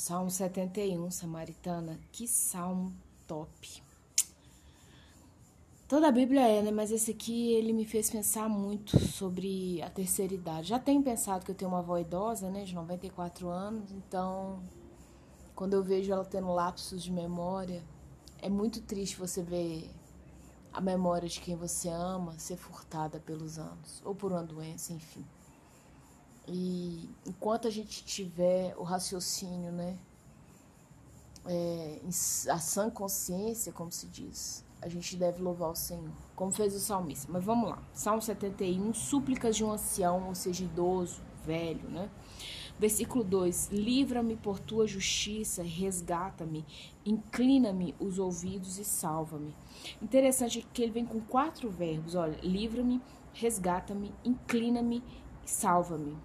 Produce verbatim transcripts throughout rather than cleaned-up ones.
Salmo setenta e um, Samaritana, que salmo top. Toda a Bíblia é, né? Mas esse aqui, ele me fez pensar muito sobre a terceira idade. Já tenho pensado que eu tenho uma avó idosa, né? De noventa e quatro anos. Então, quando eu vejo ela tendo lapsos de memória, é muito triste você ver a memória de quem você ama ser furtada pelos anos. Ou por uma doença, enfim. E enquanto a gente tiver o raciocínio, né? É, a sã consciência, como se diz, a gente deve louvar o Senhor, como fez o salmista. Mas vamos lá, Salmo setenta e um, súplicas de um ancião, ou seja, idoso, velho, né? Versículo dois, livra-me por tua justiça, resgata-me, inclina-me os ouvidos e salva-me. Interessante que ele vem com quatro verbos, olha, livra-me, resgata-me, inclina-me e salva-me.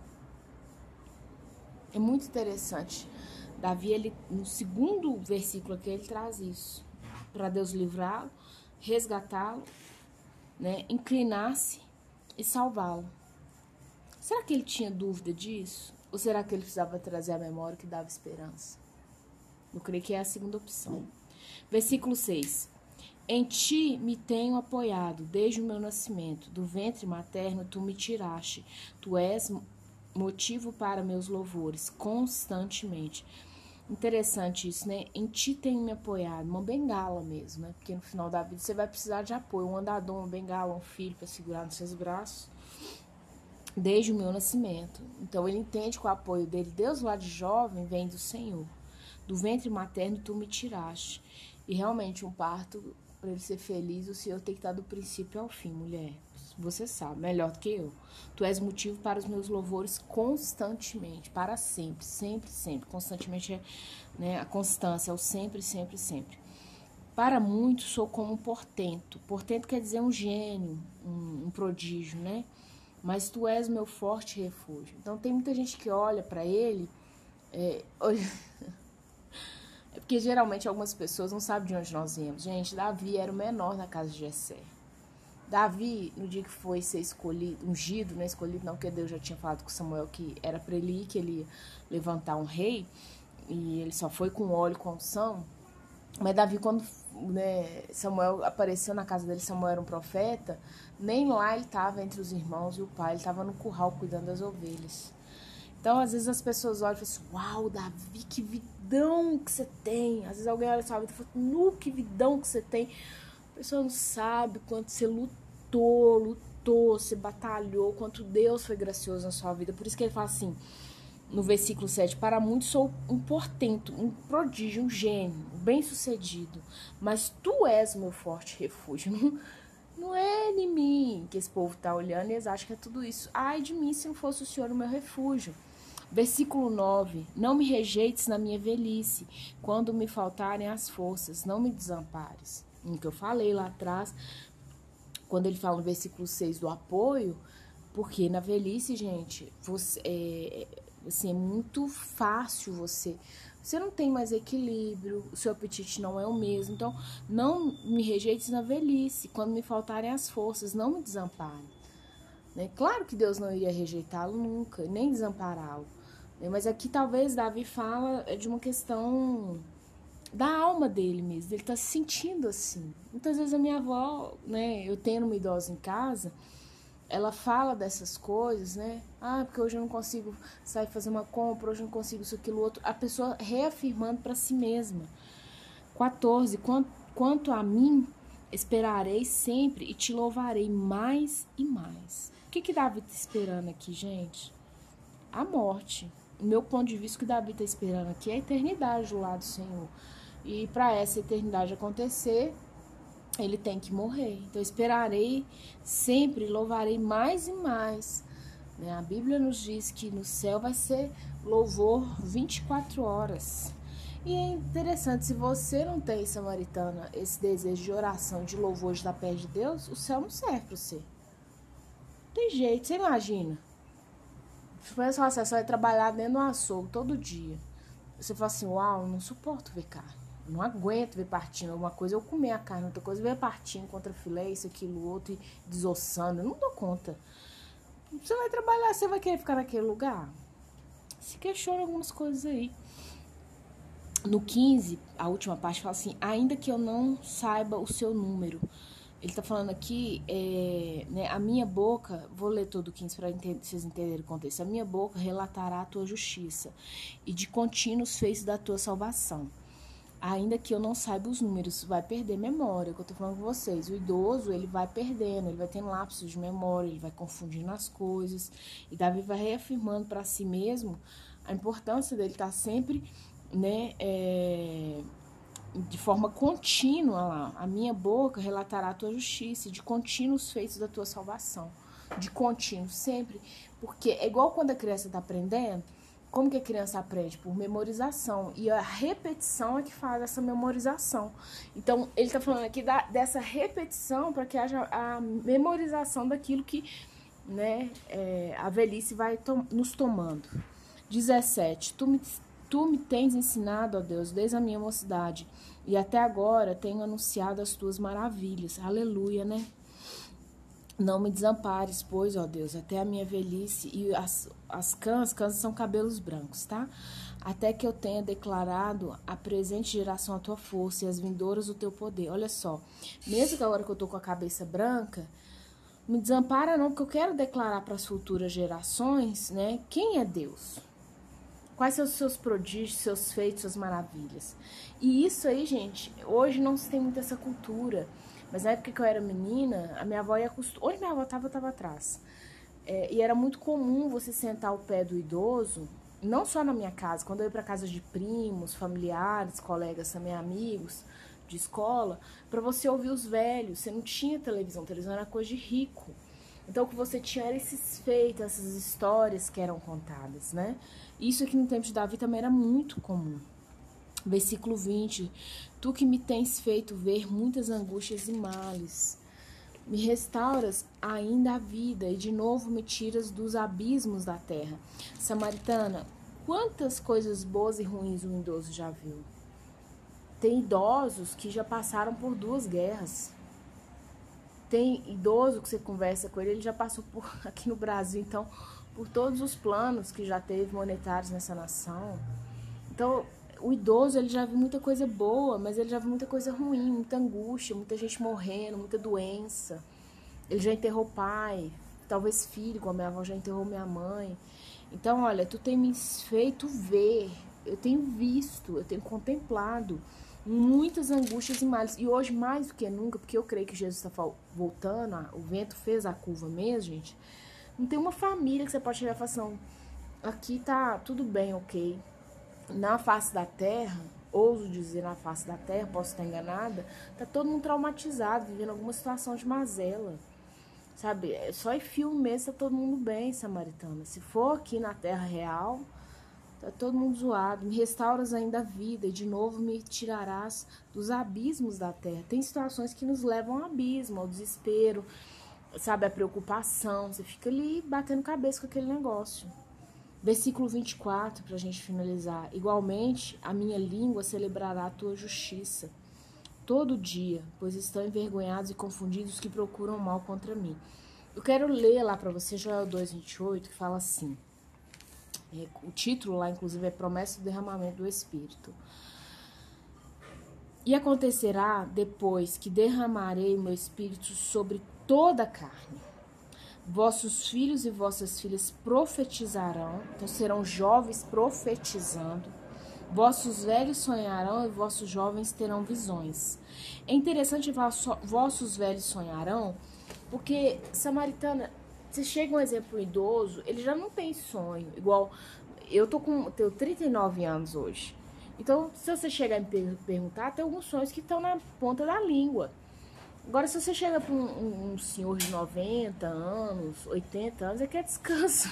É muito interessante. Davi, ele, no segundo versículo aqui, ele traz isso. Para Deus livrá-lo, resgatá-lo, né, inclinar-se e salvá-lo. Será que ele tinha dúvida disso? Ou será que ele precisava trazer a memória que dava esperança? Eu creio que é a segunda opção. Versículo seis. Em ti me tenho apoiado desde o meu nascimento. Do ventre materno tu me tiraste. Tu és motivo para meus louvores constantemente. Interessante isso, né? Em ti tenho me apoiado, uma bengala mesmo, né? Porque no final da vida você vai precisar de apoio, um andador, uma bengala, um filho para segurar nos seus braços, desde o meu nascimento. Então ele entende que o apoio dele, Deus lá de jovem, vem do Senhor. Do ventre materno tu me tiraste. E realmente um parto, para ele ser feliz, o Senhor tem que estar do princípio ao fim, mulher. Você sabe, melhor do que eu. Tu és motivo para os meus louvores constantemente, para sempre, sempre, sempre. Constantemente é, né, a constância, é o sempre, sempre, sempre. Para muitos sou como um portento. Portento quer dizer um gênio, um, um prodígio, né? Mas tu és meu forte refúgio. Então tem muita gente que olha para ele... É, é porque geralmente algumas pessoas não sabem de onde nós viemos. Gente, Davi era o menor na casa de Jessé. Davi, no dia que foi ser escolhido, ungido, né? Escolhido não, porque Deus já tinha falado com Samuel que era para ele ir, que ele ia levantar um rei, e ele só foi com óleo, com unção. Mas Davi, quando, né, Samuel apareceu na casa dele, Samuel era um profeta, nem lá ele estava entre os irmãos e o pai, ele estava no curral cuidando das ovelhas. Então, às vezes as pessoas olham e falam assim, uau, Davi, que vidão que você tem. Às vezes alguém olha sua vida e fala, nu, que vidão que você tem. A pessoa não sabe quanto você lutou, lutou, você batalhou, quanto Deus foi gracioso na sua vida. Por isso que ele fala assim, no versículo sete, para muitos sou um portento, um prodígio, um gênio, um bem-sucedido, mas tu és o meu forte refúgio. Não, não é de mim que esse povo está olhando e eles acham que é tudo isso. Ai de mim se não fosse o Senhor o meu refúgio. Versículo nove, não me rejeites na minha velhice, quando me faltarem as forças, não me desampares. O que eu falei lá atrás, quando ele fala no versículo seis do apoio, porque na velhice, gente, você, é, assim, é muito fácil você... Você não tem mais equilíbrio, o seu apetite não é o mesmo. Então, não me rejeites na velhice, quando me faltarem as forças, não me desampare. Né? Claro que Deus não iria rejeitá-lo nunca, nem desampará-lo. Né? Mas aqui talvez Davi fala de uma questão da alma dele mesmo, ele tá se sentindo assim. Muitas vezes a minha avó, né, eu tendo uma idosa em casa, ela fala dessas coisas, né, ah, porque hoje eu não consigo sair fazer uma compra, hoje eu não consigo isso, aquilo, outro, a pessoa reafirmando para si mesma. quatorze, quanto, quanto a mim, esperarei sempre e te louvarei mais e mais. O que que Davi tá esperando aqui, gente? A morte. O meu ponto de vista, o que Davi tá esperando aqui é a eternidade do lado do Senhor. E para essa eternidade acontecer, ele tem que morrer. Então, esperarei sempre, louvarei mais e mais. Né? A Bíblia nos diz que no céu vai ser louvor vinte e quatro horas. E é interessante, se você não tem, Samaritana, esse desejo de oração, de louvor, de estar perto de Deus, o céu não serve para você. Não tem jeito, você imagina. Se você fala assim, você vai trabalhar dentro do açougue todo dia. Você fala assim, uau, não suporto ver carne. Não aguento ver partindo alguma coisa, eu comer a carne, outra coisa, ver partindo contra filé, isso, aquilo, outro, e desossando, eu não dou conta. Você vai trabalhar, você vai querer ficar naquele lugar? Se questiona algumas coisas aí. no quinze, a última parte fala assim, ainda que eu não saiba o seu número. Ele tá falando aqui, é, né, a minha boca, vou ler todo o quinze para vocês entenderem o contexto. A minha boca relatará a tua justiça e de contínuo os feitos da tua salvação. Ainda que eu não saiba os números, vai perder memória, que eu tô falando com vocês. O idoso, ele vai perdendo, ele vai tendo lapsos de memória, ele vai confundindo as coisas. E Davi vai reafirmando para si mesmo a importância dele estar sempre, né, é, de forma contínua lá. A minha boca relatará a tua justiça, e de contínuo os feitos da tua salvação. De contínuo, sempre. Porque é igual quando a criança está aprendendo. Como que a criança aprende? Por memorização. E a repetição é que faz essa memorização. Então, ele está falando aqui da, dessa repetição para que haja a memorização daquilo que, né, é, a velhice vai to- nos tomando. dezessete. Tu me, tu me tens ensinado, ó Deus, desde a minha mocidade, e até agora tenho anunciado as tuas maravilhas. Aleluia, né? Não me desampares, pois, ó Deus, até a minha velhice, e as, as cãs, cãs são cabelos brancos, tá? Até que eu tenha declarado a presente geração a tua força e as vindouras o teu poder. Olha só, mesmo que agora que eu tô com a cabeça branca, me desampara não, porque eu quero declarar para as futuras gerações, né, quem é Deus. Quais são os seus prodígios, seus feitos, suas maravilhas. E isso aí, gente, hoje não se tem muito essa cultura. Mas na época que eu era menina, a minha avó ia acostumar. Onde minha avó estava, eu estava atrás. É, e era muito comum você sentar ao pé do idoso, não só na minha casa, quando eu ia para casa de primos, familiares, colegas também, amigos de escola, para você ouvir os velhos. Você não tinha televisão, televisão era coisa de rico. Então, o que você tinha era esses feitos, essas histórias que eram contadas, né? Isso aqui no tempo de Davi também era muito comum. Versículo vinte. Tu que me tens feito ver muitas angústias e males, me restauras ainda a vida e de novo me tiras dos abismos da terra. Samaritana, quantas coisas boas e ruins um idoso já viu? Tem idosos que já passaram por duas guerras. Tem idoso que você conversa com ele, ele já passou por, aqui no Brasil, então, por todos os planos que já teve monetários nessa nação. Então, o idoso, ele já viu muita coisa boa, mas ele já viu muita coisa ruim, muita angústia, muita gente morrendo, muita doença. Ele já enterrou pai, talvez filho, como a minha avó já enterrou minha mãe. Então, olha, tu tem me feito ver, eu tenho visto, eu tenho contemplado muitas angústias e males. E hoje, mais do que nunca, porque eu creio que Jesus está voltando, o vento fez a curva mesmo, gente. Não tem uma família que você pode chegar e falar assim, aqui tá tudo bem, ok. Na face da terra, ouso dizer na face da terra, posso estar enganada, tá todo mundo traumatizado, vivendo alguma situação de mazela, sabe? Só em filme mesmo tá todo mundo bem, Samaritana. Se for aqui na terra real, tá todo mundo zoado. Me restauras ainda a vida e de novo me tirarás dos abismos da terra. Tem situações que nos levam ao abismo, ao desespero, sabe? A preocupação. Você fica ali batendo cabeça com aquele negócio. Versículo vinte e quatro, para a gente finalizar. Igualmente, a minha língua celebrará a tua justiça todo dia, pois estão envergonhados e confundidos os que procuram mal contra mim. Eu quero ler lá para você Joel dois, vinte e oito, que fala assim. É, o título lá, inclusive, é Promessa do Derramamento do Espírito. E acontecerá depois que derramarei meu Espírito sobre toda a carne. Vossos filhos e vossas filhas profetizarão, então serão jovens profetizando. Vossos velhos sonharão e vossos jovens terão visões. É interessante falar só, vossos velhos sonharão, porque, Samaritana, você chega um exemplo um idoso, ele já não tem sonho. Igual, eu tô com, tenho trinta e nove anos hoje. Então, se você chegar e me perguntar, tem alguns sonhos que estão na ponta da língua. Agora, se você chega para um, um, um senhor de noventa anos, oitenta anos, ele quer descanso.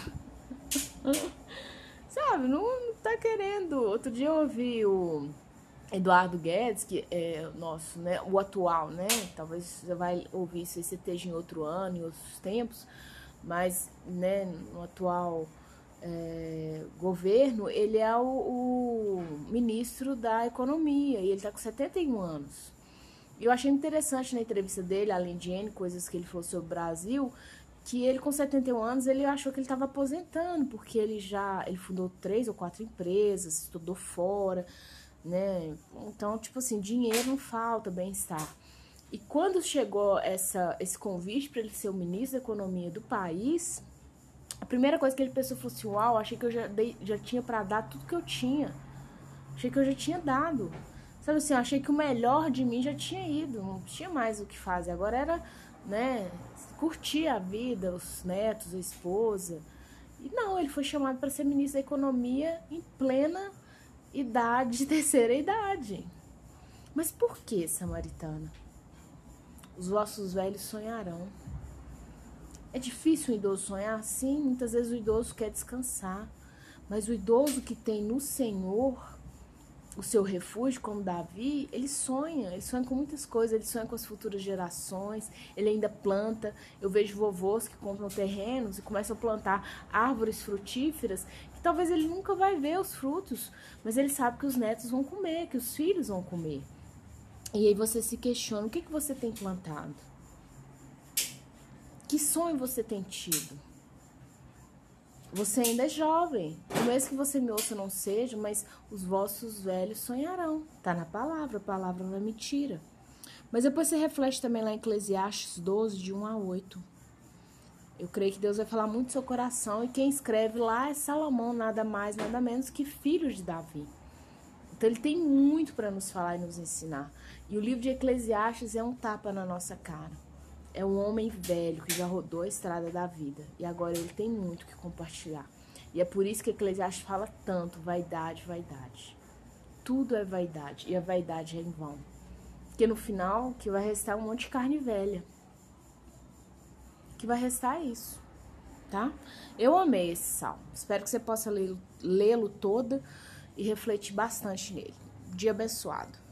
Sabe, não, não tá querendo. Outro dia eu ouvi o Eduardo Guedes, que é nosso, né, o atual, né? Talvez você vai ouvir isso aí, você esteja em outro ano, em outros tempos, mas, né, no atual é, governo, ele é o, o ministro da Economia e ele tá com setenta e um anos. Eu achei interessante na entrevista dele, além de N coisas que ele falou sobre o Brasil, que ele com setenta e um anos, ele achou que ele estava aposentando, porque ele já ele fundou três ou quatro empresas, estudou fora, né? Então, tipo assim, dinheiro não falta, bem-estar. E quando chegou essa, esse convite para ele ser o ministro da Economia do país, a primeira coisa que ele pensou foi assim, uau, achei que eu já, dei, já tinha para dar tudo que eu tinha. Achei que eu já tinha dado. Sabe assim, eu achei que o melhor de mim já tinha ido, não tinha mais o que fazer. Agora era, né, curtir a vida, os netos, a esposa. E não, ele foi chamado para ser ministro da Economia em plena idade, terceira idade. Mas por que, Samaritana? Os vossos velhos sonharão. É difícil um idoso sonhar? Sim, muitas vezes o idoso quer descansar. Mas o idoso que tem no Senhor o seu refúgio, como Davi, ele sonha, ele sonha com muitas coisas, ele sonha com as futuras gerações, ele ainda planta. Eu vejo vovôs que compram terrenos e começam a plantar árvores frutíferas, que talvez ele nunca vai ver os frutos, mas ele sabe que os netos vão comer, que os filhos vão comer. E aí você se questiona, o que, que você tem plantado? Que sonho você tem tido? Você ainda é jovem, por mesmo que você me ouça não seja, mas os vossos velhos sonharão. Tá na palavra, a palavra não é mentira. Mas depois você reflete também lá em Eclesiastes doze, de um a oito. Eu creio que Deus vai falar muito no seu coração, e quem escreve lá é Salomão, nada mais, nada menos que filho de Davi. Então ele tem muito para nos falar e nos ensinar. E o livro de Eclesiastes é um tapa na nossa cara. É um homem velho que já rodou a estrada da vida. E agora ele tem muito que compartilhar. E é por isso que Eclesiastes fala tanto, vaidade, vaidade. Tudo é vaidade. E a vaidade é em vão. Porque no final, que vai restar um monte de carne velha. Que vai restar isso. Tá? Eu amei esse salmo. Espero que você possa lê-lo todo e refletir bastante nele. Dia abençoado.